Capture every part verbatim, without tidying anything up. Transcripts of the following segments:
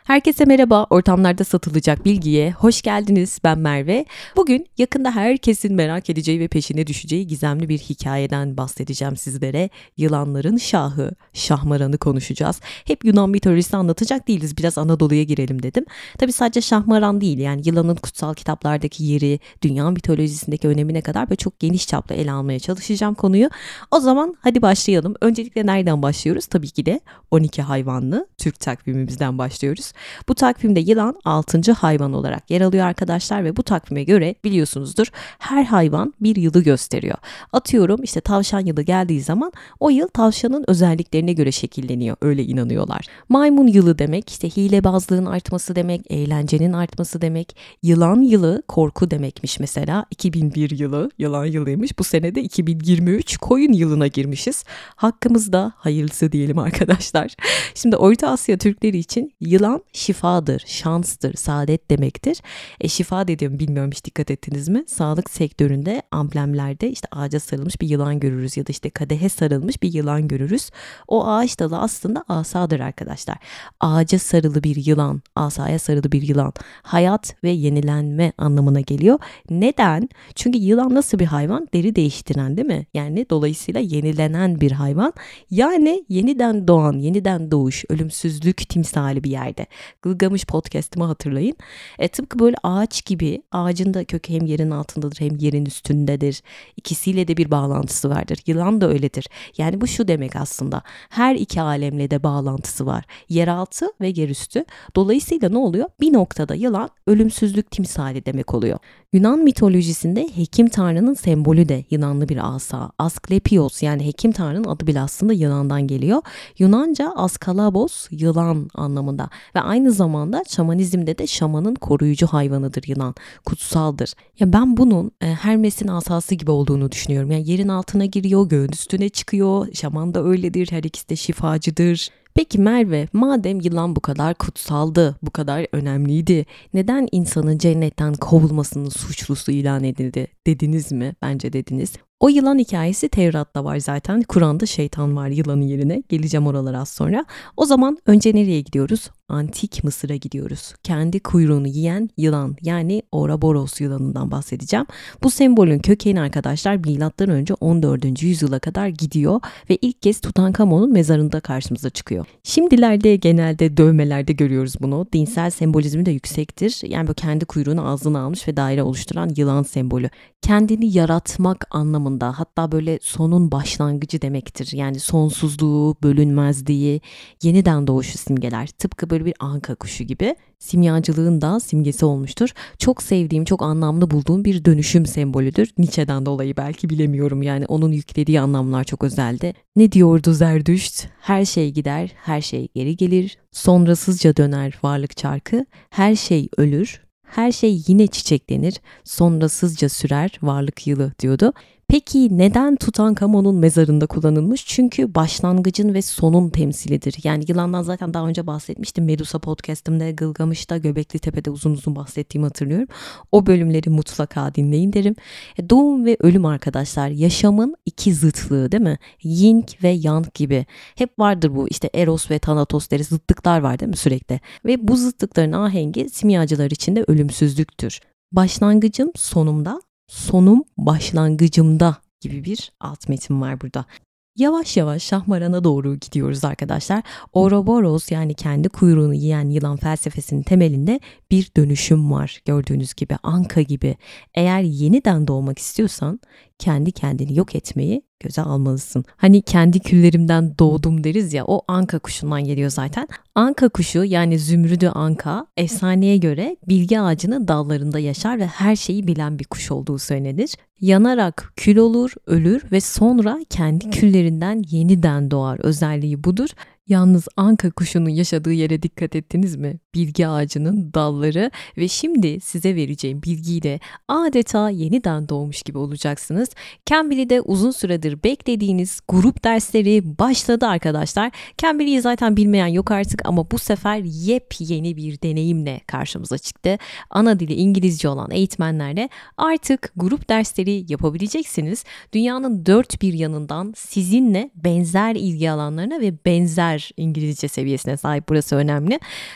Herkese merhaba, ortamlarda satılacak bilgiye hoş geldiniz. Ben Merve. Bugün yakında herkesin merak edeceği ve peşine düşeceği gizemli bir hikayeden bahsedeceğim sizlere. Yılanların şahı, Şahmaran'ı konuşacağız. Hep Yunan mitolojisi anlatacak değiliz, biraz Anadolu'ya girelim dedim. Tabii sadece Şahmaran değil, yani yılanın kutsal kitaplardaki yeri, dünya mitolojisindeki önemine kadar böyle çok geniş çaplı ele almaya çalışacağım konuyu. O zaman hadi başlayalım. Öncelikle nereden başlıyoruz? Tabii ki de on iki hayvanlı Türk takvimimizden başlıyoruz. Bu takvimde yılan altıncı hayvan olarak yer alıyor arkadaşlar ve bu takvime göre biliyorsunuzdur her hayvan bir yılı gösteriyor. Atıyorum işte tavşan yılı geldiği zaman o yıl tavşanın özelliklerine göre şekilleniyor, öyle inanıyorlar. Maymun yılı demek işte hilebazlığın artması demek, eğlencenin artması demek. Yılan yılı korku demekmiş mesela. iki bin bir yılı yılan yılıymış. Bu sene de iki bin yirmi üç koyun yılına girmişiz. Hakkımızda hayırlısı diyelim arkadaşlar. Şimdi Orta Asya Türkleri için yılan şifadır, şanstır, saadet demektir. E, şifa dediğim bilmiyorum hiç dikkat ettiniz mi? Sağlık sektöründe amblemlerde işte ağaca sarılmış bir yılan görürüz ya da işte kadehe sarılmış bir yılan görürüz. O ağaç dalı aslında asadır arkadaşlar. Ağaca sarılı bir yılan, asaya sarılı bir yılan hayat ve yenilenme anlamına geliyor. Neden? Çünkü yılan nasıl bir hayvan? Deri değiştiren değil mi? Yani dolayısıyla yenilenen bir hayvan. Yani yeniden doğan, yeniden doğuş, ölümsüzlük timsali bir yerde. Gılgamış podcast'ımı hatırlayın. E, tıpkı böyle ağaç gibi, ağacın da kökü hem yerin altındadır hem yerin üstündedir. İkisiyle de bir bağlantısı vardır. Yılan da öyledir. Yani bu şu demek aslında. Her iki alemle de bağlantısı var. Yeraltı ve yerüstü. Dolayısıyla ne oluyor? Bir noktada yılan ölümsüzlük timsali demek oluyor. Yunan mitolojisinde hekim tanrının sembolü de Yunanlı bir asa. Asklepios yani hekim tanrının adı bile aslında Yunan'dan geliyor. Yunanca askalabos yılan anlamında ve aynı zamanda şamanizmde de şamanın koruyucu hayvanıdır yılan. Kutsaldır. Ya ben bunun e, Hermes'in asası gibi olduğunu düşünüyorum. Yani yerin altına giriyor, göğün üstüne çıkıyor. Şaman da öyledir. Her ikisi de şifacıdır. Peki Merve, madem yılan bu kadar kutsaldı, bu kadar önemliydi, neden insanın cennetten kovulmasının suçlusu ilan edildi dediniz mi? Bence dediniz. O yılan hikayesi Tevrat'ta var zaten. Kur'an'da şeytan var yılanın yerine. Geleceğim oralara az sonra. O zaman önce nereye gidiyoruz? Antik Mısır'a gidiyoruz. Kendi kuyruğunu yiyen yılan yani Ouroboros yılanından bahsedeceğim. Bu sembolün kökeni arkadaşlar milattan önce on dördüncü yüzyıla kadar gidiyor ve ilk kez Tutankamon'un mezarında karşımıza çıkıyor. Şimdilerde genelde dövmelerde görüyoruz bunu. Dinsel sembolizmi de yüksektir. Yani bu kendi kuyruğunu ağzına almış ve daire oluşturan yılan sembolü. Kendini yaratmak anlamında, hatta böyle sonun başlangıcı demektir. Yani sonsuzluğu, bölünmezliği, yeniden doğuşu simgeler. Tıpkı böyle bir anka kuşu gibi. Simyacılığın da simgesi olmuştur. Çok sevdiğim, çok anlamlı bulduğum bir dönüşüm sembolüdür. Nietzsche'den dolayı belki bilemiyorum yani onun yüklediği anlamlar çok özeldi. Ne diyordu Zerdüşt? Her şey gider, her şey geri gelir. Sonrasızca döner varlık çarkı. Her şey ölür. Her şey yine çiçeklenir, sonrasızca sürer varlık yılı diyordu. Peki neden Tutankamon'un mezarında kullanılmış? Çünkü başlangıcın ve sonun temsilidir. Yani yılandan zaten daha önce bahsetmiştim. Medusa podcast'ımda, Gılgamış'ta, Göbekli Tepe'de uzun uzun bahsettiğimi hatırlıyorum. O bölümleri mutlaka dinleyin derim. E, doğum ve ölüm arkadaşlar yaşamın iki zıtlığı değil mi? Yin ve yang gibi. Hep vardır bu işte Eros ve Thanatos deriz zıtlıklar var değil mi sürekli? Ve bu zıtlıkların ahengi simyacılar için de ölümsüzlüktür. Başlangıcım sonumda, sonum başlangıcımda gibi bir alt metin var burada. Yavaş yavaş Şahmaran'a doğru gidiyoruz arkadaşlar. Ouroboros yani kendi kuyruğunu yiyen yılan felsefesinin temelinde bir dönüşüm var. Gördüğünüz gibi anka gibi. Eğer yeniden doğmak istiyorsan kendi kendini yok etmeyi göze almalısın. Hani kendi küllerimden doğdum deriz ya, o anka kuşundan geliyor zaten. Anka kuşu yani zümrüdü anka efsaneye göre bilgi ağacının dallarında yaşar ve her şeyi bilen bir kuş olduğu söylenir. Yanarak kül olur, ölür ve sonra kendi küllerinden yeniden doğar. Özelliği budur. Yalnız anka kuşunun yaşadığı yere dikkat ettiniz mi? Bilgi ağacının dalları ve şimdi size vereceğim bilgiyle adeta yeniden doğmuş gibi olacaksınız. Cambly'de uzun süredir beklediğiniz grup dersleri başladı arkadaşlar. Cambly'yi zaten bilmeyen yok artık ama bu sefer yepyeni bir deneyimle karşımıza çıktı. Ana dili İngilizce olan eğitmenlerle artık grup dersleri yapabileceksiniz. Dünyanın dört bir yanından sizinle benzer ilgi alanlarına ve benzer İngilizce seviyesine sahip, burası önemli. E, kişi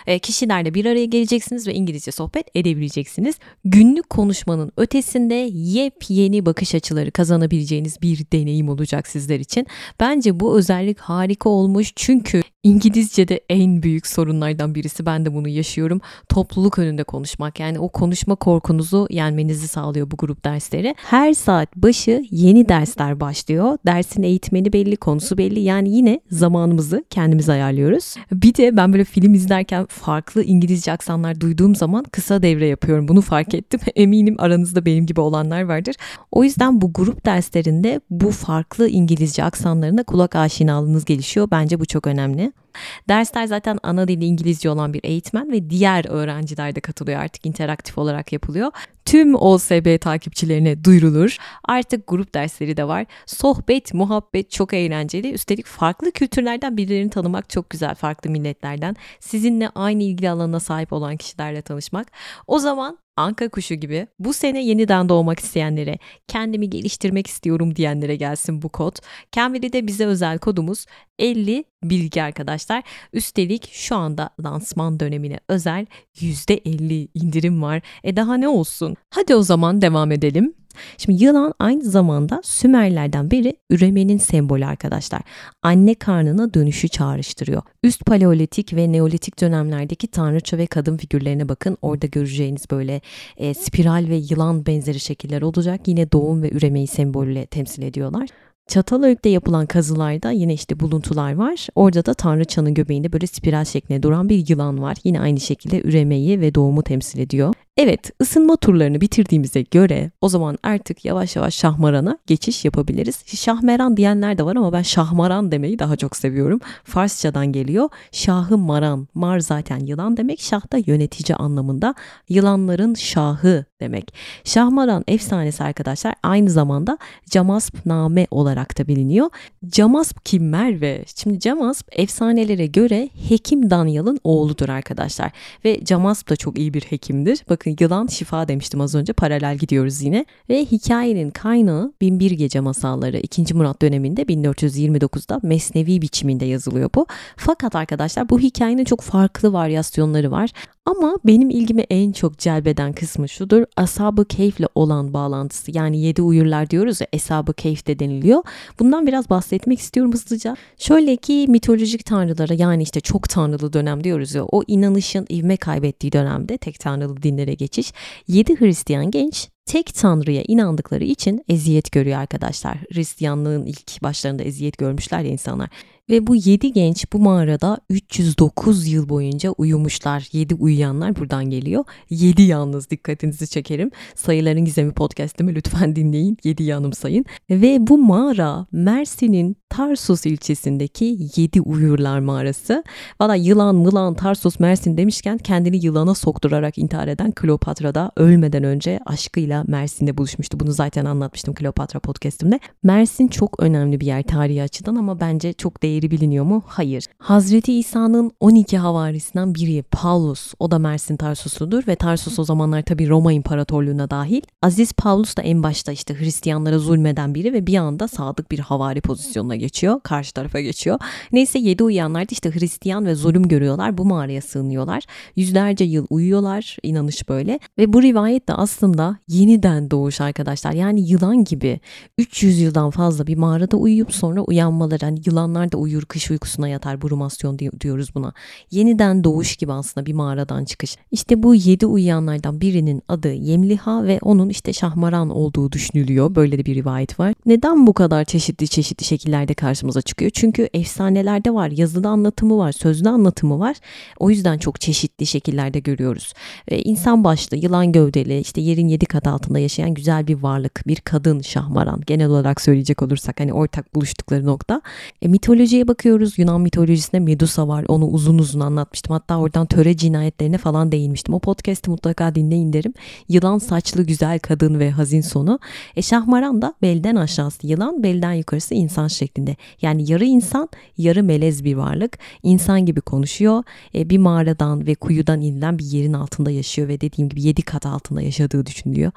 kişilerle bir araya geleceksiniz ve İngilizce sohbet edebileceksiniz. Günlük konuşmanın ötesinde yepyeni bakış açıları kazanabileceğiniz bir deneyim olacak sizler için. Bence bu özellik harika olmuş çünkü İngilizce'de en büyük sorunlardan birisi, ben de bunu yaşıyorum, topluluk önünde konuşmak. Yani o konuşma korkunuzu yenmenizi sağlıyor bu grup dersleri. Her saat başı yeni dersler başlıyor. Dersin eğitmeni belli, konusu belli. Yani yine zamanımızı kendimiz ayarlıyoruz. Bir de ben böyle film izlerken farklı İngilizce aksanlar duyduğum zaman kısa devre yapıyorum. Bunu fark ettim. Eminim aranızda benim gibi olanlar vardır. O yüzden bu grup derslerinde bu farklı İngilizce aksanlarına kulak aşinalığınız gelişiyor. Bence bu çok önemli. Dersler zaten ana dili İngilizce olan bir eğitmen ve diğer öğrenciler de katılıyor, artık interaktif olarak yapılıyor. Tüm O S B takipçilerine duyurulur. Artık grup dersleri de var. Sohbet, muhabbet çok eğlenceli. Üstelik farklı kültürlerden birilerini tanımak çok güzel, farklı milletlerden. Sizinle aynı ilgi alanına sahip olan kişilerle tanışmak. O zaman anka kuşu gibi bu sene yeniden doğmak isteyenlere, kendimi geliştirmek istiyorum diyenlere gelsin bu kod. Cambly'de bize özel kodumuz elli bilgi arkadaşlar. Üstelik şu anda lansman dönemine özel yüzde elli indirim var. E daha ne olsun? Hadi o zaman devam edelim. Şimdi yılan aynı zamanda Sümerlerden beri üremenin sembolü arkadaşlar. Anne karnına dönüşü çağrıştırıyor. Üst paleolitik ve neolitik dönemlerdeki tanrıça ve kadın figürlerine bakın. Orada göreceğiniz böyle e, spiral ve yılan benzeri şekiller olacak. Yine doğum ve üremeyi sembolle temsil ediyorlar. Çatalhöyük'te yapılan kazılarda yine işte buluntular var. Orada da tanrıçanın göbeğinde böyle spiral şeklinde duran bir yılan var. Yine aynı şekilde üremeyi ve doğumu temsil ediyor. Evet, ısınma turlarını bitirdiğimize göre o zaman artık yavaş yavaş şahmarana geçiş yapabiliriz. Şahmeran diyenler de var ama ben şahmaran demeyi daha çok seviyorum. Farsçadan geliyor. Şahı maran. Mar zaten yılan demek. Şah da yönetici anlamında. Yılanların şahı demek. Şahmaran efsanesi arkadaşlar aynı zamanda Camasp-name olarak da biliniyor. Camasp kim Merve? Şimdi Camasp efsanelere göre Hekim Danyal'ın oğludur arkadaşlar. Ve Camasp da çok iyi bir hekimdir. Bakın yılan şifa demiştim az önce, paralel gidiyoruz yine. Ve hikayenin kaynağı Bin Bir Gece masalları ikinci. Murat döneminde bin dört yüz yirmi dokuzda mesnevi biçiminde yazılıyor bu. Fakat arkadaşlar bu hikayenin çok farklı varyasyonları var. Ama benim ilgimi en çok celbeden kısmı şudur. Ashab-ı Kehf'le olan bağlantısı. Yani yedi uyurlar diyoruz ya, Ashab-ı Kehf de deniliyor. Bundan biraz bahsetmek istiyorum hızlıca. Şöyle ki mitolojik tanrılara, yani işte çok tanrılı dönem diyoruz ya, o inanışın ivme kaybettiği dönemde tek tanrılı dinlere geçiş. yedi Hristiyan genç tek tanrıya inandıkları için eziyet görüyor arkadaşlar. Hristiyanlığın ilk başlarında eziyet görmüşler ya insanlar. Ve bu yedi genç bu mağarada üç yüz dokuz yıl boyunca uyumuşlar. yedi uyuyanlar buradan geliyor. yedi yalnız, dikkatinizi çekerim. Sayıların Gizemi podcast'imi lütfen dinleyin. yediyi anımsayın. Ve bu mağara Mersin'in Tarsus ilçesindeki yedi uyurlar mağarası. Valla yılan, mılan, Tarsus, Mersin demişken kendini yılana sokturarak intihar eden Kleopatra da ölmeden önce aşkıyla Mersin'de buluşmuştu. Bunu zaten anlatmıştım Kleopatra podcast'imde. Mersin çok önemli bir yer tarihi açıdan ama bence çok değeri biliniyor mu? Hayır. Hazreti İsa'nın on iki havarisinden biri Paulus. O da Mersin Tarsusludur ve Tarsus o zamanlar tabii Roma İmparatorluğu'na dahil. Aziz Paulus da en başta işte Hristiyanlara zulmeden biri ve bir anda sadık bir havari pozisyonuna geçiyor. Karşı tarafa geçiyor. Neyse yedi uyuyanlar da işte Hristiyan ve zulüm görüyorlar. Bu mağaraya sığınıyorlar. Yüzlerce yıl uyuyorlar. İnanış böyle. Ve bu rivayet de aslında yeniden doğuş arkadaşlar. Yani yılan gibi üç yüz yıldan fazla bir mağarada uyuyup sonra uyanmaları. Hani yılanlar da uyur, kış uykusuna yatar. Brumasyon diyoruz buna. Yeniden doğuş gibi aslında bir mağaradan çıkış. İşte bu yedi uyuyanlardan birinin adı Yemliha ve onun işte Şahmaran olduğu düşünülüyor. Böyle de bir rivayet var. Neden bu kadar çeşitli çeşitli şekillerde karşımıza çıkıyor? Çünkü efsanelerde var, yazılı anlatımı var, sözlü anlatımı var. O yüzden çok çeşitli şekillerde görüyoruz. Ve insan başlı, yılan gövdeli, işte yerin yedi kat altında yaşayan güzel bir varlık, bir kadın Şahmaran. Genel olarak söyleyecek olursak hani ortak buluştukları nokta. E, mitolojiye bakıyoruz. Yunan mitolojisinde Medusa var. Onu uzun uzun anlatmıştım. Hatta oradan töre cinayetlerine falan değinmiştim. O podcast'i mutlaka dinleyin derim. Yılan saçlı güzel kadın ve hazin sonu. E, Şahmaran da belden aşağısı yılan, belden yukarısı insan şeklinde. Yani yarı insan, yarı melez bir varlık. İnsan gibi konuşuyor. E, bir mağaradan ve kuyudan inilen bir yerin altında yaşıyor ve dediğim gibi yedi kat altında yaşadığı düşünülüyor.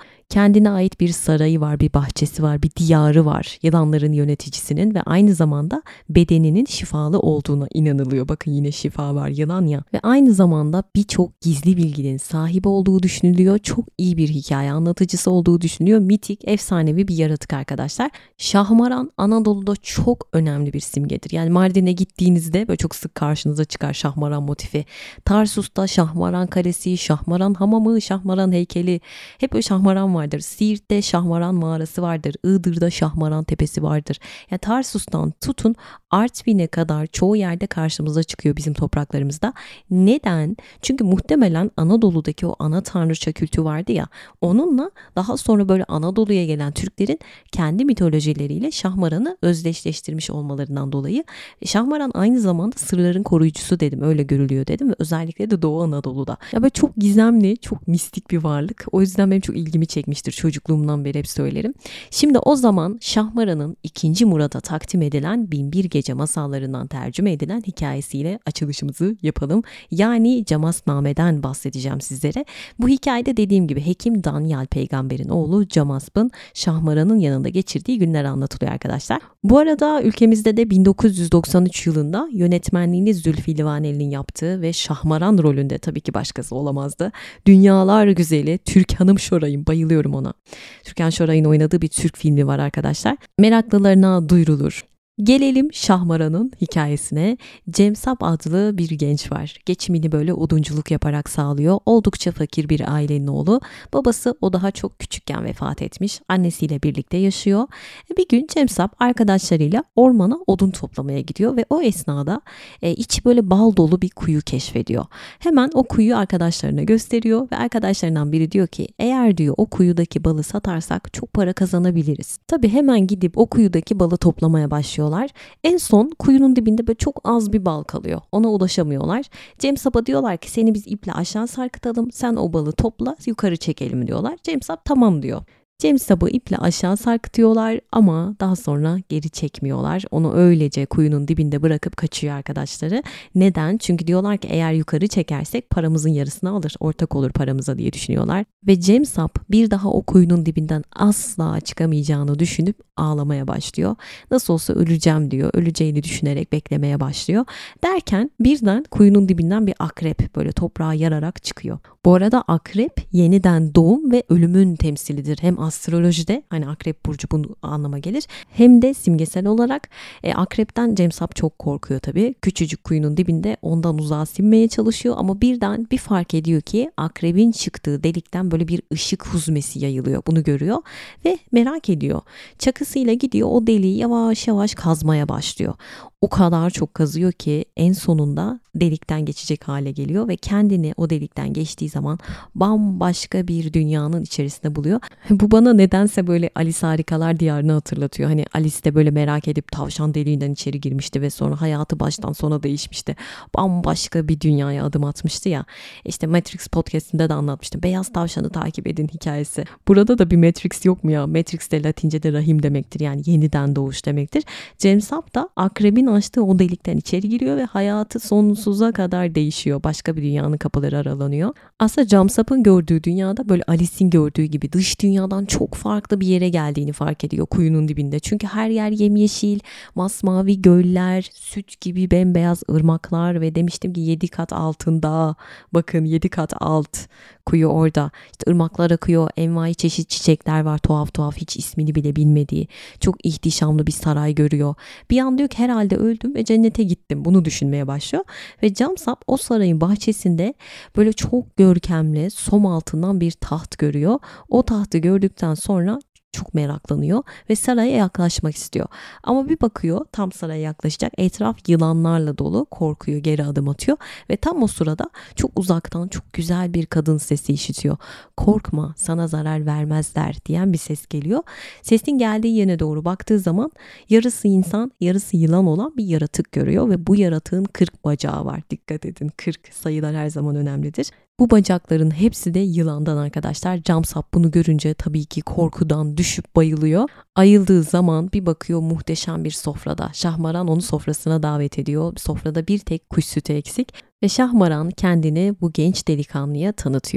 Kendine ait bir sarayı var, bir bahçesi var, bir diyarı var yılanların yöneticisinin ve aynı zamanda bedeninin şifalı olduğuna inanılıyor. Bakın yine şifa var, yılan ya. Ve aynı zamanda birçok gizli bilginin sahibi olduğu düşünülüyor. Çok iyi bir hikaye anlatıcısı olduğu düşünülüyor. Mitik, efsanevi bir yaratık arkadaşlar. Şahmaran Anadolu'da çok önemli bir simgedir. Yani Mardin'e gittiğinizde böyle çok sık karşınıza çıkar şahmaran motifi. Tarsus'ta Şahmaran Kalesi, Şahmaran Hamamı, Şahmaran heykeli, hep böyle şahmaran vardır. Siirt'te Şahmaran mağarası vardır. Iğdır'da Şahmaran tepesi vardır. Yani Tarsus'tan tutun Artvin'e kadar çoğu yerde karşımıza çıkıyor bizim topraklarımızda. Neden? Çünkü muhtemelen Anadolu'daki o ana tanrıça kültü vardı ya, onunla daha sonra böyle Anadolu'ya gelen Türklerin kendi mitolojileriyle Şahmaran'ı özdeşleştirmiş olmalarından dolayı. Şahmaran aynı zamanda sırların koruyucusu dedim, öyle görülüyor dedim ve özellikle de Doğu Anadolu'da. Ya böyle çok gizemli, çok mistik bir varlık. O yüzden benim çok ilgimi çekmiştir. Çocukluğumdan beri hep söylerim. Şimdi o zaman Şahmaran'ın ikinci Murat'a takdim edilen Binbir Gece masallarından tercüme edilen hikayesiyle açılışımızı yapalım. Yani Camasname'den bahsedeceğim sizlere. Bu hikayede dediğim gibi Hekim Danyal peygamberin oğlu Camasp'ın Şahmaran'ın yanında geçirdiği günler anlatılıyor arkadaşlar. Bu arada ülkemizde de bin dokuz yüz doksan üç yılında yönetmenliğini Zülfü Livaneli'nin yaptığı ve Şahmaran rolünde, tabii ki başkası olamazdı, dünyalar güzeli Türkan Şoray'ın, bayılıyorum ona. Türkan Şoray'ın oynadığı bir Türk filmi var arkadaşlar. Meraklılarına duyurulur. Gelelim Şahmaran'ın hikayesine. Cemsap adlı bir genç var. Geçimini böyle odunculuk yaparak sağlıyor. Oldukça fakir bir ailenin oğlu. Babası o daha çok küçükken vefat etmiş. Annesiyle birlikte yaşıyor. Bir gün Cemsap arkadaşlarıyla ormana odun toplamaya gidiyor ve o esnada e, içi böyle bal dolu bir kuyu keşfediyor. Hemen o kuyuyu arkadaşlarına gösteriyor ve arkadaşlarından biri diyor ki eğer diyor o kuyudaki balı satarsak çok para kazanabiliriz. Tabii hemen gidip o kuyudaki balı toplamaya başlıyor. En son kuyunun dibinde böyle çok az bir bal kalıyor. Ona ulaşamıyorlar. Cemsap'a diyorlar ki seni biz iple aşağı sarkıtalım. Sen o balı topla, yukarı çekelim diyorlar. Cemsap tamam diyor. Cemsap'ı iple aşağı sarkıtıyorlar ama daha sonra geri çekmiyorlar. Onu öylece kuyunun dibinde bırakıp kaçıyor arkadaşları. Neden? Çünkü diyorlar ki eğer yukarı çekersek paramızın yarısını alır, ortak olur paramıza diye düşünüyorlar. Ve Cemsap bir daha o kuyunun dibinden asla çıkamayacağını düşünüp ağlamaya başlıyor. Nasıl olsa öleceğim diyor. Öleceğini düşünerek beklemeye başlıyor. Derken birden kuyunun dibinden bir akrep böyle toprağa yararak çıkıyor. Bu arada akrep yeniden doğum ve ölümün temsilidir. Hem astrolojide hani akrep burcu bunu anlama gelir. Hem de simgesel olarak e, akrepten Cemsap çok korkuyor tabii. Küçücük kuyunun dibinde ondan uzağa sinmeye çalışıyor ama birden bir fark ediyor ki akrebin çıktığı delikten böyle bir ışık huzmesi yayılıyor. Bunu görüyor ve merak ediyor. Çakısıyla gidiyor o deliği yavaş yavaş kazmaya başlıyor. O kadar çok kazıyor ki en sonunda delikten geçecek hale geliyor ve kendini o delikten geçtiği zaman bambaşka bir dünyanın içerisinde buluyor. Bu bana nedense böyle Alice Harikalar Diyarı'nı hatırlatıyor. Hani Alice de böyle merak edip tavşan deliğinden içeri girmişti ve sonra hayatı baştan sona değişmişti. Bambaşka bir dünyaya adım atmıştı ya. İşte Matrix podcastinde de anlatmıştım. Beyaz tavşanı takip edin hikayesi. Burada da bir Matrix yok mu ya? Matrix de Latince'de rahim demektir. Yani yeniden doğuş demektir. Cemsap da akrebin açtığı o delikten içeri giriyor ve hayatı sonsuza kadar değişiyor. Başka bir dünyanın kapıları aralanıyor. Aslında Cemsap'ın gördüğü dünyada böyle Alice'in gördüğü gibi dış dünyadan çok farklı bir yere geldiğini fark ediyor kuyunun dibinde. Çünkü her yer yemyeşil, masmavi göller, süt gibi bembeyaz ırmaklar ve demiştim ki yedi kat altında, bakın yedi kat alt kuyu orada. İşte ırmaklar akıyor, envai çeşit çiçekler var, tuhaf tuhaf hiç ismini bile bilmediği. Çok ihtişamlı bir saray görüyor. Bir an diyor ki herhalde öldüm ve cennete gittim. Bunu düşünmeye başlıyor. Ve Cemsap o sarayın bahçesinde böyle çok görkemli som altından bir taht görüyor. O tahtı gördükten sonra çok meraklanıyor ve saraya yaklaşmak istiyor. Ama bir bakıyor tam saraya yaklaşacak, etraf yılanlarla dolu, korkuyor, geri adım atıyor ve tam o sırada çok uzaktan çok güzel bir kadın sesi işitiyor. Korkma, sana zarar vermezler diyen bir ses geliyor. Sesin geldiği yöne doğru baktığı zaman yarısı insan yarısı yılan olan bir yaratık görüyor ve bu yaratığın kırk bacağı var. Dikkat edin, kırk sayılar her zaman önemlidir. Bu bacakların hepsi de yılandan arkadaşlar. Cemsap bunu görünce tabii ki korkudan düşüp bayılıyor. Ayıldığı zaman bir bakıyor muhteşem bir sofrada. Şahmaran onu sofrasına davet ediyor. Sofrada bir tek kuş sütü eksik ve Şahmaran kendini bu genç delikanlıya tanıtıyor.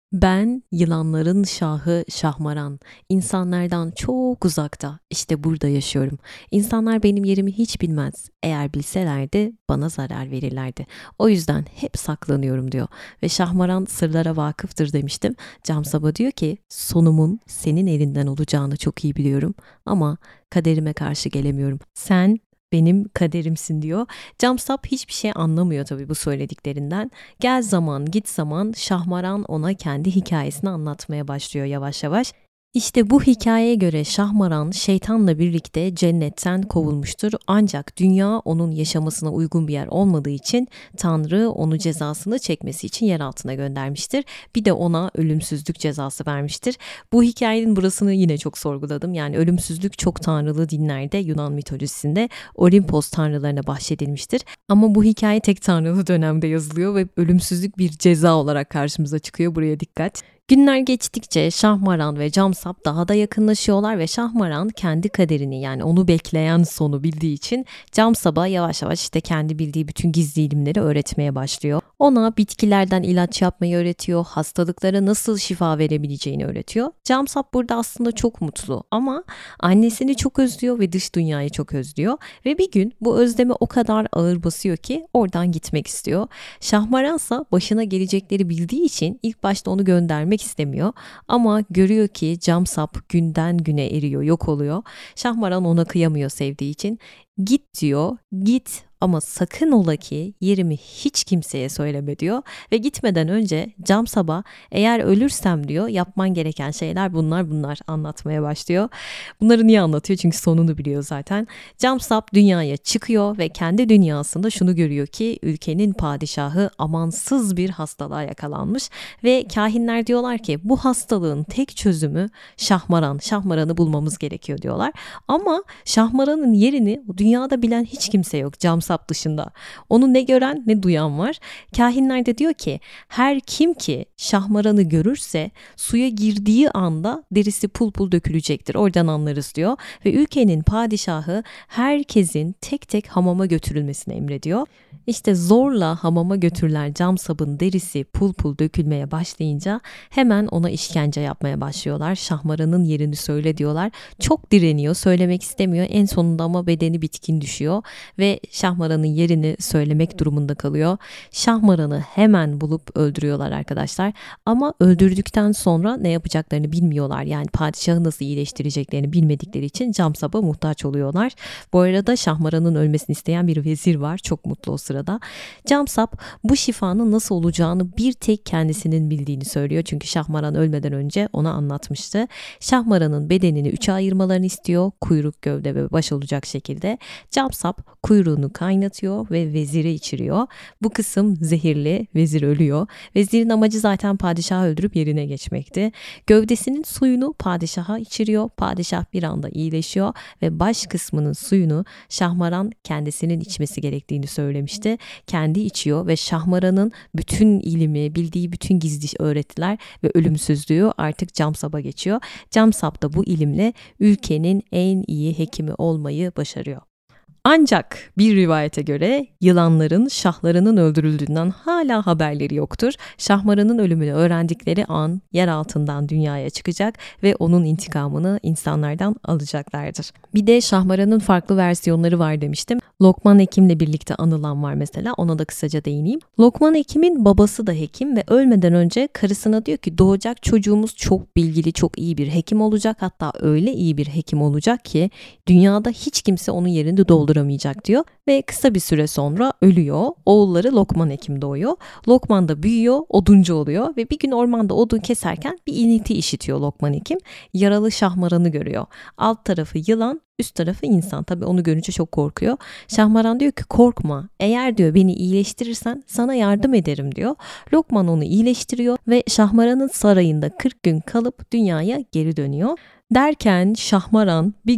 Ben yılanların şahı Şahmaran. İnsanlardan çok uzakta. İşte burada yaşıyorum. İnsanlar benim yerimi hiç bilmez. Eğer bilselerdi bana zarar verirlerdi. O yüzden hep saklanıyorum diyor. Ve Şahmaran sırlara vakıftır demiştim. Camsab'a diyor ki sonumun senin elinden olacağını çok iyi biliyorum. Ama kaderime karşı gelemiyorum. Sen benim kaderimsin diyor. Camsap hiçbir şey anlamıyor tabii bu söylediklerinden. Gel zaman git zaman Şahmaran ona kendi hikayesini anlatmaya başlıyor yavaş yavaş. İşte bu hikayeye göre Şahmaran şeytanla birlikte cennetten kovulmuştur. Ancak dünya onun yaşamasına uygun bir yer olmadığı için Tanrı onu cezasını çekmesi için yer altına göndermiştir. Bir de ona ölümsüzlük cezası vermiştir. Bu hikayenin burasını yine çok sorguladım. Yani ölümsüzlük çok tanrılı dinlerde Yunan mitolojisinde Olimpos tanrılarına bahşedilmiştir. Ama bu hikaye tek tanrılı dönemde yazılıyor ve ölümsüzlük bir ceza olarak karşımıza çıkıyor. Buraya dikkat. Günler geçtikçe Şahmaran ve Camsap daha da yakınlaşıyorlar ve Şahmaran kendi kaderini yani onu bekleyen sonu bildiği için Camsap'a yavaş yavaş işte kendi bildiği bütün gizli ilimleri öğretmeye başlıyor. Ona bitkilerden ilaç yapmayı öğretiyor, hastalıklara nasıl şifa verebileceğini öğretiyor. Camsap burada aslında çok mutlu ama annesini çok özlüyor ve dış dünyayı çok özlüyor ve bir gün bu özlemi o kadar ağır basıyor ki oradan gitmek istiyor. Şahmaransa başına gelecekleri bildiği için ilk başta onu göndermek istemiyor ama görüyor ki Camsap günden güne eriyor, yok oluyor. Şahmaran ona kıyamıyor sevdiği için. Git diyor, git ama sakın ola ki yerimi hiç kimseye söyleme diyor ve gitmeden önce Camsap'a eğer ölürsem diyor yapman gereken şeyler bunlar bunlar anlatmaya başlıyor. Bunları niye anlatıyor? Çünkü sonunu biliyor zaten. Camsap dünyaya çıkıyor ve kendi dünyasında şunu görüyor ki ülkenin padişahı amansız bir hastalığa yakalanmış ve kahinler diyorlar ki bu hastalığın tek çözümü Şahmaran. Şahmaran'ı bulmamız gerekiyor diyorlar. Ama Şahmaran'ın yerini dünyada bilen hiç kimse yok Camsap dışında. Onu ne gören ne duyan var. Kahinler de diyor ki her kim ki Şahmaran'ı görürse suya girdiği anda derisi pul pul dökülecektir. Oradan anlarız diyor. Ve ülkenin padişahı herkesin tek tek hamama götürülmesini emrediyor. İşte zorla hamama götürülen Camsap'ın derisi pul pul dökülmeye başlayınca hemen ona işkence yapmaya başlıyorlar. Şahmaran'ın yerini söyle diyorlar. Çok direniyor, söylemek istemiyor. En sonunda ama bedeni bitkin düşüyor ve Şahmaran'ın yerini söylemek durumunda kalıyor. Şahmaran'ı hemen bulup öldürüyorlar arkadaşlar. Ama öldürdükten sonra ne yapacaklarını bilmiyorlar. Yani padişahı nasıl iyileştireceklerini bilmedikleri için Camsap'a muhtaç oluyorlar. Bu arada Şahmaran'ın ölmesini isteyen bir vezir var. Çok mutlu o sırada. Camsap bu şifanın nasıl olacağını bir tek kendisinin bildiğini söylüyor. Çünkü Şahmaran ölmeden önce ona anlatmıştı. Şahmaran'ın bedenini üçe ayırmalarını istiyor. Kuyruk, gövde ve baş olacak şekilde. Camsap kuyruğunu kaynatıyor ve vezire içiriyor. Bu kısım zehirli. Vezir ölüyor. Vezirin amacı zaten padişahı öldürüp yerine geçmekti. Gövdesinin suyunu padişaha içiriyor. Padişah bir anda iyileşiyor ve baş kısmının suyunu Şahmaran kendisinin içmesi gerektiğini söylemişti. Kendi içiyor ve Şahmaran'ın bütün ilimi, bildiği bütün gizli öğretiler ve ölümsüzlüğü artık Camsap'a geçiyor. Camsap da bu ilimle ülkenin en iyi hekimi olmayı başarıyor. Ancak bir rivayete göre yılanların şahlarının öldürüldüğünden hala haberleri yoktur. Şahmaran'ın ölümünü öğrendikleri an yer altından dünyaya çıkacak ve onun intikamını insanlardan alacaklardır. Bir de Şahmaran'ın farklı versiyonları var demiştim. Lokman Hekim'le birlikte anılan var mesela, ona da kısaca değineyim. Lokman Hekim'in babası da hekim ve ölmeden önce karısına diyor ki doğacak çocuğumuz çok bilgili, çok iyi bir hekim olacak. Hatta öyle iyi bir hekim olacak ki dünyada hiç kimse onun yerini dolduramayacak diyor. Ve kısa bir süre sonra ölüyor. Oğulları Lokman Hekim doğuyor. Lokman da büyüyor, oduncu oluyor ve bir gün ormanda odun keserken bir inilti işitiyor Lokman Hekim. Yaralı Şahmaran'ı görüyor. Alt tarafı yılan, üst tarafı insan. Tabii onu görünce çok korkuyor. Şahmaran diyor ki korkma. Eğer diyor beni iyileştirirsen sana yardım ederim diyor. Lokman onu iyileştiriyor ve Şahmaran'ın sarayında kırk gün kalıp dünyaya geri dönüyor. Derken Şahmaran bir gün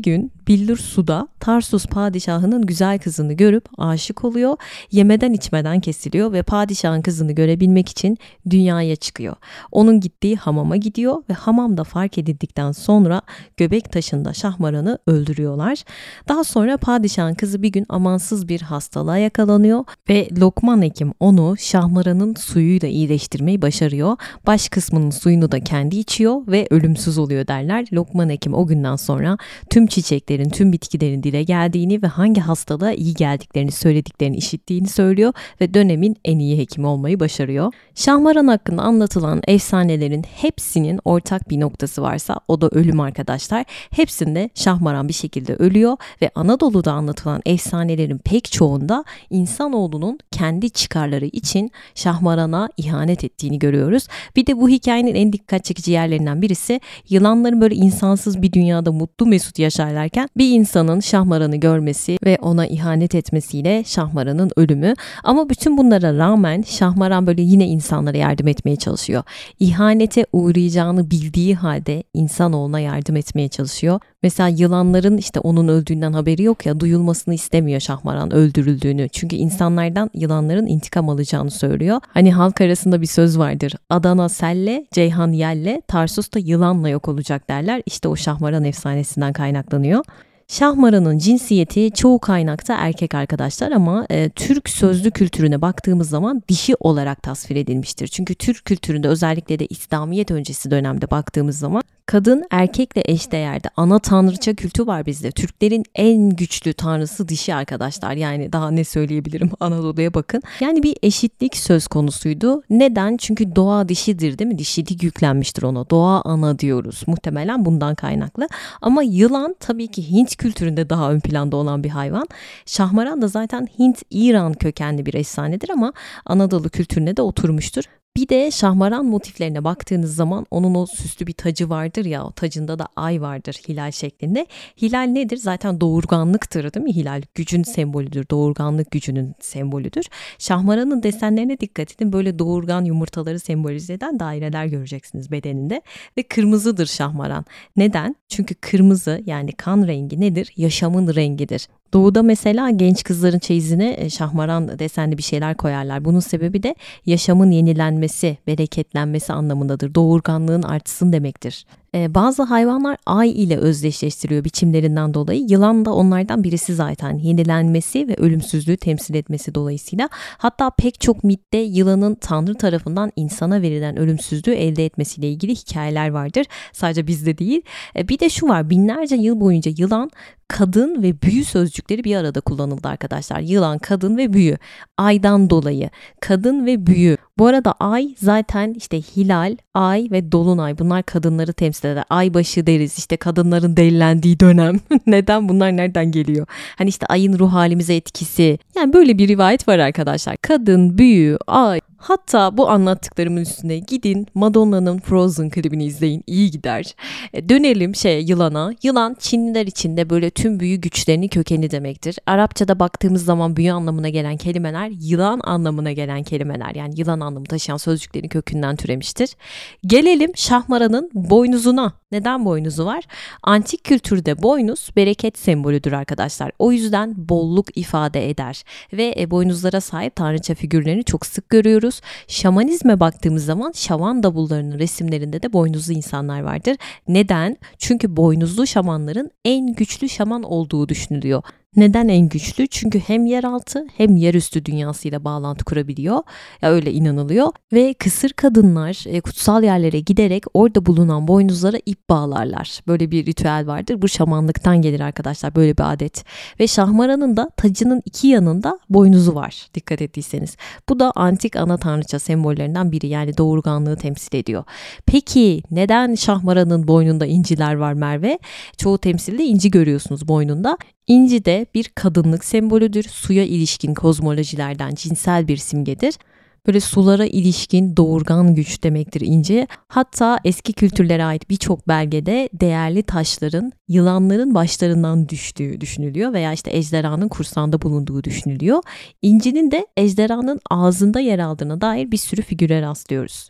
Billur suda Tarsus padişahının güzel kızını görüp aşık oluyor. Yemeden içmeden kesiliyor ve padişahın kızını görebilmek için dünyaya çıkıyor. Onun gittiği hamama gidiyor ve hamamda fark edildikten sonra göbek taşında Şahmaran'ı öldürüyorlar. Daha sonra padişahın kızı bir gün amansız bir hastalığa yakalanıyor ve Lokman Hekim onu Şahmaran'ın suyuyla iyileştirmeyi başarıyor. Baş kısmının suyunu da kendi içiyor ve ölümsüz oluyor derler. Lokman Hekim o günden sonra tüm çiçeklerin, tüm bitkilerin dile geldiğini ve hangi hastalığa iyi geldiklerini söylediklerini işittiğini söylüyor ve dönemin en iyi hekimi olmayı başarıyor. Şahmaran hakkında anlatılan efsanelerin hepsinin ortak bir noktası varsa o da ölüm arkadaşlar. Hepsinde Şahmaran bir şekilde ölüyor ve Anadolu'da anlatılan efsanelerin pek çoğunda insanoğlunun kendi çıkarları için Şahmaran'a ihanet ettiğini görüyoruz. Bir de bu hikayenin en dikkat çekici yerlerinden birisi yılanların böyle insansız bir dünyada mutlu mesut yaşarlarken bir insanın Şahmaran'ı görmesi ve ona ihanet etmesiyle Şahmaran'ın ölümü. Ama bütün bunlara rağmen Şahmaran böyle yine insanlara yardım etmeye çalışıyor. İhanete uğrayacağını bildiği halde insanoğluna yardım etmeye çalışıyor. Mesela yılanların işte onun öldüğünden haberi yok ya, duyulmasını istemiyor Şahmaran öldürüldüğünü. Çünkü insanlardan yılanların intikam alacağını söylüyor. Hani halk arasında bir söz vardır. Adana selle, Ceyhan yelle, Tarsus da yılanla yok olacak derler. İşte o Şahmaran efsanesinden kaynaklanıyor. Şahmaran'ın cinsiyeti çoğu kaynakta erkek arkadaşlar ama e, Türk sözlü kültürüne baktığımız zaman dişi olarak tasvir edilmiştir. Çünkü Türk kültüründe özellikle de İslamiyet öncesi dönemde baktığımız zaman kadın erkekle eşdeğerde ana tanrıça kültü var bizde. Türklerin en güçlü tanrısı dişi arkadaşlar. Yani daha ne söyleyebilirim, Anadolu'ya bakın. Yani bir eşitlik söz konusuydu. Neden? Çünkü doğa dişidir değil mi? Dişilik yüklenmiştir ona. Doğa ana diyoruz. Muhtemelen bundan kaynaklı. Ama yılan tabii ki Hint kültüründe daha ön planda olan bir hayvan. Şahmaran da zaten Hint-İran kökenli bir efsanedir ama Anadolu kültürüne de oturmuştur. Bir de Şahmaran motiflerine baktığınız zaman onun o süslü bir tacı vardır ya, o tacında da ay vardır hilal şeklinde. Hilal nedir? Zaten doğurganlıktır değil mi? Hilal gücün sembolüdür, doğurganlık gücünün sembolüdür. Şahmaran'ın desenlerine dikkat edin, böyle doğurgan yumurtaları sembolize eden daireler göreceksiniz bedeninde ve kırmızıdır Şahmaran. Neden? Çünkü kırmızı yani kan rengi nedir? Yaşamın rengidir. Doğuda mesela genç kızların çeyizine Şahmaran desenli bir şeyler koyarlar. Bunun sebebi de yaşamın yenilenmesi, bereketlenmesi anlamındadır. Doğurganlığın artsın demektir. Ee, bazı hayvanlar ay ile özdeşleştiriyor biçimlerinden dolayı. Yılan da onlardan birisi zaten. Yenilenmesi ve ölümsüzlüğü temsil etmesi dolayısıyla. Hatta pek çok mitte yılanın Tanrı tarafından insana verilen ölümsüzlüğü elde etmesiyle ilgili hikayeler vardır. Sadece bizde değil. Ee, bir de şu var, binlerce yıl boyunca yılan, kadın ve büyü sözcükleri bir arada kullanıldı arkadaşlar. Yılan, kadın ve büyü. Aydan dolayı. Kadın ve büyü. Bu arada ay zaten işte hilal, ay ve dolunay, bunlar kadınları temsil eder. Aybaşı deriz işte, kadınların delilendiği dönem. Neden? Bunlar nereden geliyor? Hani işte ayın ruh halimize etkisi. Yani böyle bir rivayet var arkadaşlar. Kadın, büyü, ay. Hatta bu anlattıklarımın üstüne gidin Madonna'nın Frozen klibini izleyin, iyi gider. E, dönelim şeye, yılana. Yılan Çinliler için de böyle tüm büyü güçlerini kökeni demektir. Arapçada baktığımız zaman büyü anlamına gelen kelimeler yılan anlamına gelen kelimeler. Yani yılan anlamı taşıyan sözcüklerin kökünden türemiştir. Gelelim Şahmaran'ın boynuzuna. Neden boynuzu var? Antik kültürde boynuz bereket sembolüdür arkadaşlar. O yüzden bolluk ifade eder. Ve e, boynuzlara sahip tanrıça figürlerini çok sık görüyoruz. Şamanizme baktığımız zaman şaman davullarının resimlerinde de boynuzlu insanlar vardır. Neden? Çünkü boynuzlu şamanların en güçlü şaman olduğu düşünülüyor. Neden en güçlü? Çünkü hem yeraltı hem yerüstü dünyasıyla bağlantı kurabiliyor. Ya öyle inanılıyor. Ve kısır kadınlar e, kutsal yerlere giderek orada bulunan boynuzlara ip bağlarlar. Böyle bir ritüel vardır. Bu şamanlıktan gelir arkadaşlar, böyle bir adet. Ve Şahmaran'ın da tacının iki yanında boynuzu var dikkat ettiyseniz. Bu da antik ana tanrıça sembollerinden biri, yani doğurganlığı temsil ediyor. Peki neden Şahmaran'ın boynunda inciler var Merve? Çoğu temsilde inci görüyorsunuz boynunda. İnci de bir kadınlık sembolüdür. Suya ilişkin kozmolojilerden cinsel bir simgedir. Böyle sulara ilişkin doğurgan güç demektir inci. Hatta eski kültürlere ait birçok belgede değerli taşların yılanların başlarından düştüğü düşünülüyor veya işte ejderhanın kursağında bulunduğu düşünülüyor. İncinin de ejderhanın ağzında yer aldığına dair bir sürü figüre rastlıyoruz.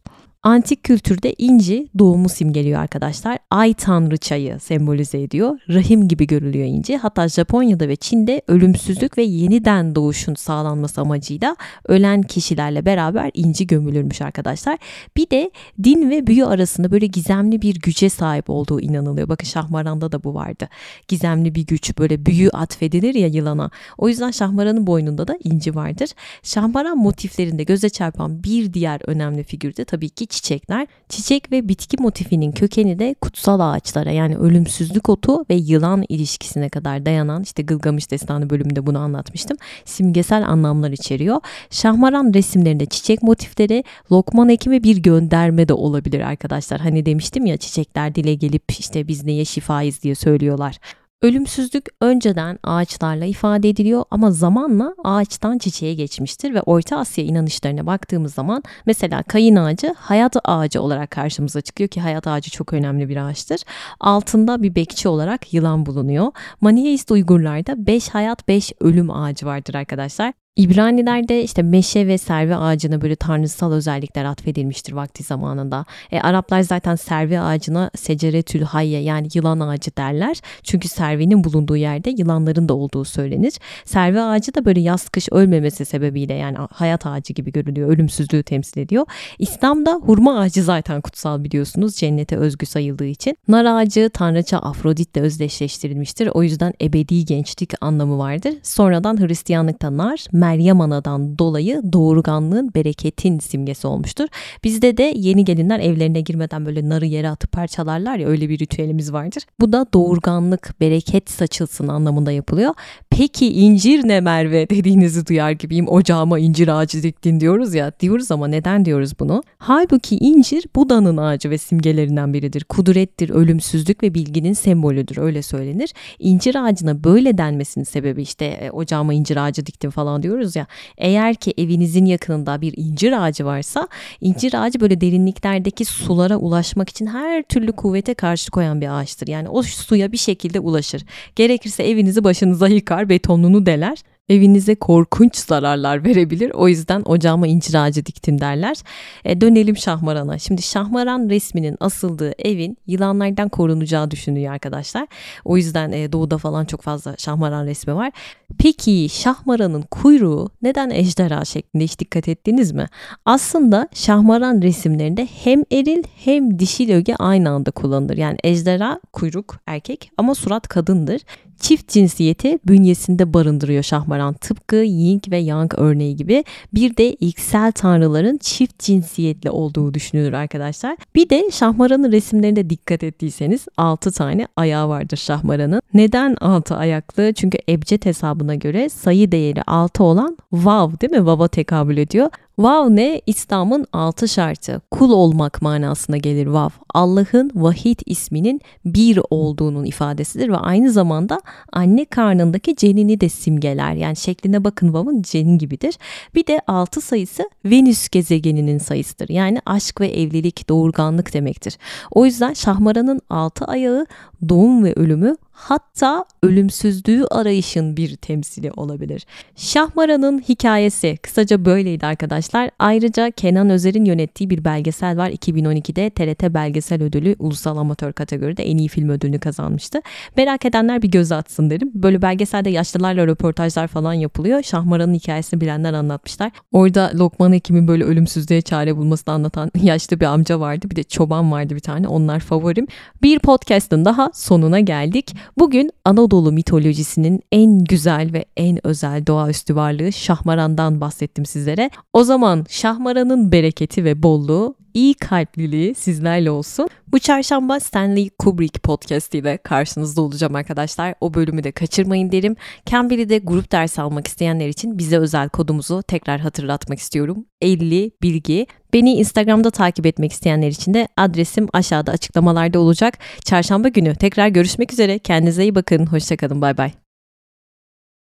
Antik kültürde inci doğumu simgeliyor arkadaşlar. Ay tanrıçayı sembolize ediyor. Rahim gibi görülüyor inci. Hatta Japonya'da ve Çin'de ölümsüzlük ve yeniden doğuşun sağlanması amacıyla ölen kişilerle beraber inci gömülürmüş arkadaşlar. Bir de din ve büyü arasında böyle gizemli bir güce sahip olduğu inanılıyor. Bakın Şahmaran'da da bu vardı. Gizemli bir güç, böyle büyü atfedilir ya yılana. O yüzden Şahmaran'ın boynunda da inci vardır. Şahmaran motiflerinde göze çarpan bir diğer önemli figür de tabii ki çiçekler. Çiçek ve bitki motifinin kökeni de kutsal ağaçlara, yani ölümsüzlük otu ve yılan ilişkisine kadar dayanan, işte Gılgamış Destanı bölümünde bunu anlatmıştım, simgesel anlamlar içeriyor. Şahmaran resimlerinde çiçek motifleri Lokman Hekim'e bir gönderme de olabilir arkadaşlar. Hani demiştim ya, çiçekler dile gelip işte biz neye şifayız diye söylüyorlar. Ölümsüzlük önceden ağaçlarla ifade ediliyor ama zamanla ağaçtan çiçeğe geçmiştir ve Orta Asya inanışlarına baktığımız zaman mesela kayın ağacı hayat ağacı olarak karşımıza çıkıyor ki hayat ağacı çok önemli bir ağaçtır. Altında bir bekçi olarak yılan bulunuyor. Maniheist Uygurlarda beş hayat beş ölüm ağacı vardır arkadaşlar. İbranilerde işte meşe ve servi ağacına böyle tanrısal özellikler atfedilmiştir vakti zamanında. E, Araplar zaten servi ağacına seceretül hayye, yani yılan ağacı derler. Çünkü servinin bulunduğu yerde yılanların da olduğu söylenir. Servi ağacı da böyle yaz kış ölmemesi sebebiyle, yani hayat ağacı gibi görülüyor. Ölümsüzlüğü temsil ediyor. İslam'da hurma ağacı zaten kutsal, biliyorsunuz, cennete özgü sayıldığı için. Nar ağacı tanrıça Afrodit'le özdeşleştirilmiştir. O yüzden ebedi gençlik anlamı vardır. Sonradan Hristiyanlıkta nar, Meryem Ana'dan dolayı doğurganlığın, bereketin simgesi olmuştur. Bizde de yeni gelinler evlerine girmeden böyle narı yere atıp parçalarlar ya, öyle bir ritüelimiz vardır. Bu da doğurganlık, bereket saçılsın anlamında yapılıyor. Peki incir ne Merve dediğinizi duyar gibiyim. Ocağıma incir ağacı diktin diyoruz ya. Diyoruz ama neden diyoruz bunu? Halbuki incir Buda'nın ağacı ve simgelerinden biridir. Kudrettir, ölümsüzlük ve bilginin sembolüdür, öyle söylenir. İncir ağacına böyle denmesinin sebebi işte e, ocağıma incir ağacı diktim falan diyor. diyoruz ya, eğer ki evinizin yakınında bir incir ağacı varsa, incir ağacı böyle derinliklerdeki sulara ulaşmak için her türlü kuvvete karşı koyan bir ağaçtır. Yani o suya bir şekilde ulaşır. Gerekirse evinizi başınıza yıkar, betonunu deler. Evinize korkunç zararlar verebilir. O yüzden ocağıma incir ağacı diktim derler. E, dönelim Şahmaran'a. Şimdi Şahmaran resminin asıldığı evin yılanlardan korunacağı düşünülüyor arkadaşlar. O yüzden e, doğuda falan çok fazla Şahmaran resmi var. Peki Şahmaran'ın kuyruğu neden ejderha şeklinde, hiç dikkat ettiniz mi? Aslında Şahmaran resimlerinde hem eril hem dişil öge aynı anda kullanılır. Yani ejderha kuyruk erkek ama surat kadındır. Çift cinsiyeti bünyesinde barındırıyor Şahmaran. Tıpkı Yin ve Yang örneği gibi. Bir de ilksel tanrıların çift cinsiyetli olduğu düşünülür arkadaşlar. Bir de Şahmaran'ın resimlerinde dikkat ettiyseniz altı tane ayağı vardır Şahmaran'ın. Neden altı ayaklı? Çünkü ebced hesabına göre sayı değeri altı olan Vav, değil mi? Vav'a tekabül ediyor. Vav ne? İslam'ın altı şartı. Kul olmak manasına gelir vav. Allah'ın vahid isminin bir olduğunun ifadesidir ve aynı zamanda anne karnındaki cenini de simgeler. Yani şekline bakın, vav'ın cenin gibidir. Bir de altı sayısı Venüs gezegeninin sayısıdır. Yani aşk ve evlilik, doğurganlık demektir. O yüzden Şahmaran'ın altı ayağı doğum ve ölümü, hatta ölümsüzlüğü arayışın bir temsili olabilir. Şahmaran'ın hikayesi kısaca böyleydi arkadaşlar. Ayrıca Kenan Özer'in yönettiği bir belgesel var. iki bin on ikide T R T Belgesel Ödülü Ulusal Amatör kategoride en iyi film ödülünü kazanmıştı. Merak edenler bir göz atsın derim. Böyle belgeselde yaşlılarla röportajlar falan yapılıyor. Şahmaran'ın hikayesini bilenler anlatmışlar. Orada Lokman Hekim'in böyle ölümsüzlüğe çare bulmasını anlatan yaşlı bir amca vardı. Bir de çoban vardı bir tane. Onlar favorim. Bir podcast'ın daha sonuna geldik. Bugün Anadolu mitolojisinin en güzel ve en özel doğaüstü varlığı Şahmaran'dan bahsettim sizlere. O zaman Şahmaran'ın bereketi ve bolluğu, iyi kalpliliği sizlerle olsun. Bu çarşamba Stanley Kubrick podcast ile karşınızda olacağım arkadaşlar. O bölümü de kaçırmayın derim. Cambly'de grup dersi almak isteyenler için bize özel kodumuzu tekrar hatırlatmak istiyorum. elli bilgi. Beni Instagram'da takip etmek isteyenler için de adresim aşağıda açıklamalarda olacak. Çarşamba günü tekrar görüşmek üzere. Kendinize iyi bakın. Hoşça kalın. Bay bay.